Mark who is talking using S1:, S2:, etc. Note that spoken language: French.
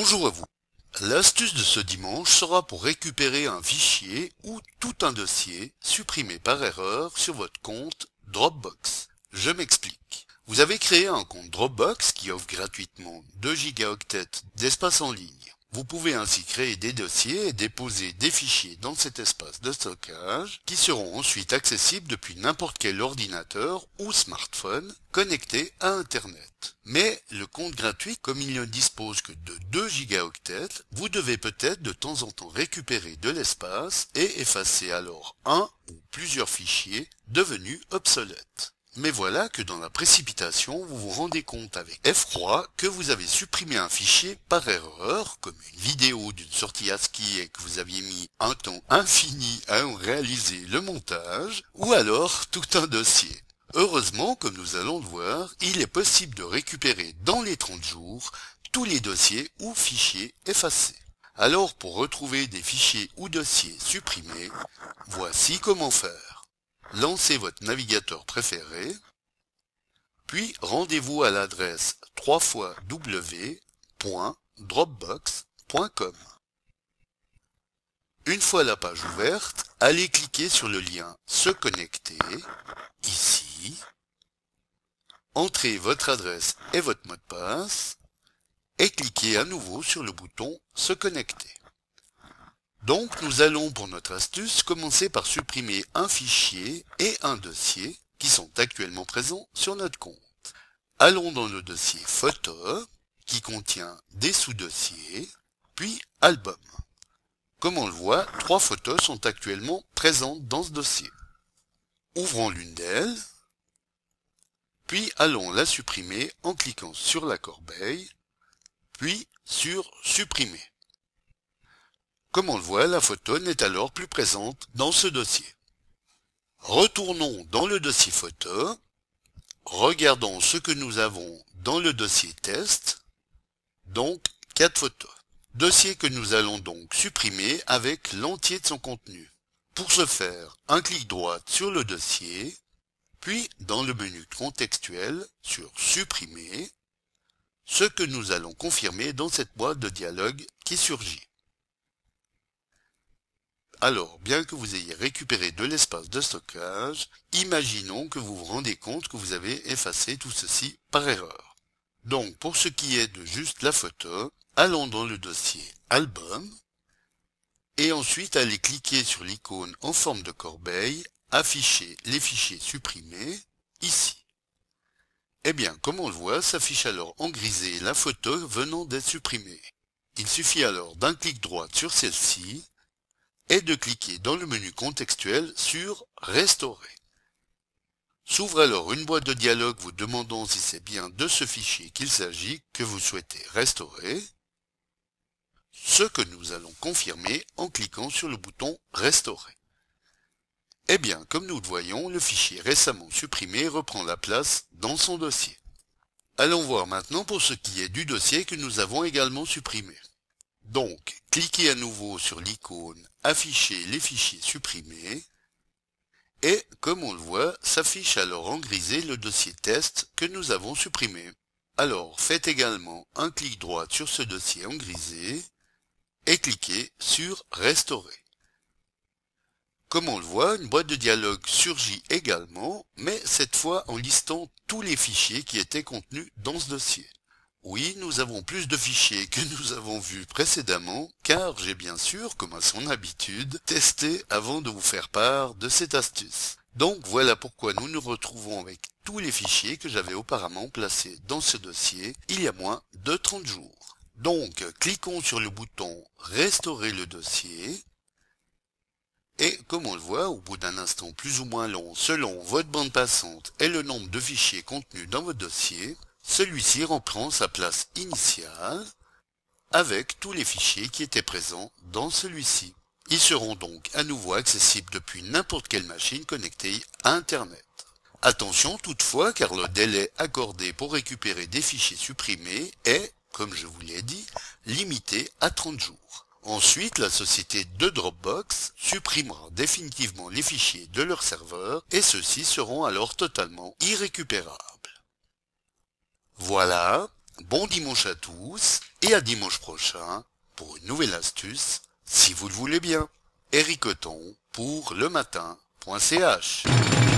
S1: Bonjour à vous. L'astuce de ce dimanche sera pour récupérer un fichier ou tout un dossier supprimé par erreur sur votre compte Dropbox. Je m'explique. Vous avez créé un compte Dropbox qui offre gratuitement 2 gigaoctets d'espace en ligne. Vous pouvez ainsi créer des dossiers et déposer des fichiers dans cet espace de stockage qui seront ensuite accessibles depuis n'importe quel ordinateur ou smartphone connecté à Internet. Mais le compte gratuit, comme il ne dispose que de 2 gigaoctets, vous devez peut-être de temps en temps récupérer de l'espace et effacer alors un ou plusieurs fichiers devenus obsolètes. Mais voilà que dans la précipitation, vous vous rendez compte avec effroi que vous avez supprimé un fichier par erreur, comme une vidéo d'une sortie ASCII et que vous aviez mis un temps infini à en réaliser le montage, ou alors tout un dossier. Heureusement, comme nous allons le voir, il est possible de récupérer dans les 30 jours tous les dossiers ou fichiers effacés. Alors pour retrouver des fichiers ou dossiers supprimés, voici comment faire. Lancez votre navigateur préféré, puis rendez-vous à l'adresse www.dropbox.com. Une fois la page ouverte, allez cliquer sur le lien « Se connecter » ici, entrez votre adresse et votre mot de passe et cliquez à nouveau sur le bouton « Se connecter ». Donc nous allons pour notre astuce commencer par supprimer un fichier et un dossier qui sont actuellement présents sur notre compte. Allons dans le dossier photo qui contient des sous-dossiers, puis album. Comme on le voit, 3 photos sont actuellement présentes dans ce dossier. Ouvrons l'une d'elles, puis allons la supprimer en cliquant sur la corbeille, puis sur supprimer. Comme on le voit, la photo n'est alors plus présente dans ce dossier. Retournons dans le dossier photo, regardons ce que nous avons dans le dossier test, donc 4 photos. Dossier que nous allons donc supprimer avec l'entier de son contenu. Pour ce faire, un clic droit sur le dossier, puis dans le menu contextuel sur supprimer, ce que nous allons confirmer dans cette boîte de dialogue qui surgit. Alors, bien que vous ayez récupéré de l'espace de stockage, imaginons que vous vous rendez compte que vous avez effacé tout ceci par erreur. Donc, pour ce qui est de juste la photo, allons dans le dossier Album, et ensuite allez cliquer sur l'icône en forme de corbeille, afficher les fichiers supprimés, ici. Eh bien, comme on le voit, s'affiche alors en grisé la photo venant d'être supprimée. Il suffit alors d'un clic droit sur celle-ci, et de cliquer dans le menu contextuel sur « Restaurer ». S'ouvre alors une boîte de dialogue vous demandant si c'est bien de ce fichier qu'il s'agit que vous souhaitez restaurer, ce que nous allons confirmer en cliquant sur le bouton « Restaurer ». Eh bien, comme nous le voyons, le fichier récemment supprimé reprend la place dans son dossier. Allons voir maintenant pour ce qui est du dossier que nous avons également supprimé. Donc, cliquez à nouveau sur l'icône « Afficher les fichiers supprimés » et, comme on le voit, s'affiche alors en grisé le dossier test que nous avons supprimé. Alors, faites également un clic droit sur ce dossier en grisé et cliquez sur « Restaurer ». Comme on le voit, une boîte de dialogue surgit également, mais cette fois en listant tous les fichiers qui étaient contenus dans ce dossier. Oui, nous avons plus de fichiers que nous avons vus précédemment, car j'ai bien sûr, comme à son habitude, testé avant de vous faire part de cette astuce. Donc voilà pourquoi nous nous retrouvons avec tous les fichiers que j'avais auparavant placés dans ce dossier il y a moins de 30 jours. Donc, cliquons sur le bouton « Restaurer le dossier ». Et comme on le voit, au bout d'un instant plus ou moins long, selon votre bande passante et le nombre de fichiers contenus dans votre dossier, celui-ci reprend sa place initiale avec tous les fichiers qui étaient présents dans celui-ci. Ils seront donc à nouveau accessibles depuis n'importe quelle machine connectée à Internet. Attention toutefois car le délai accordé pour récupérer des fichiers supprimés est, comme je vous l'ai dit, limité à 30 jours. Ensuite, la société de Dropbox supprimera définitivement les fichiers de leur serveur et ceux-ci seront alors totalement irrécupérables. Voilà, bon dimanche à tous et à dimanche prochain pour une nouvelle astuce, si vous le voulez bien. Eric Coton pour lematin.ch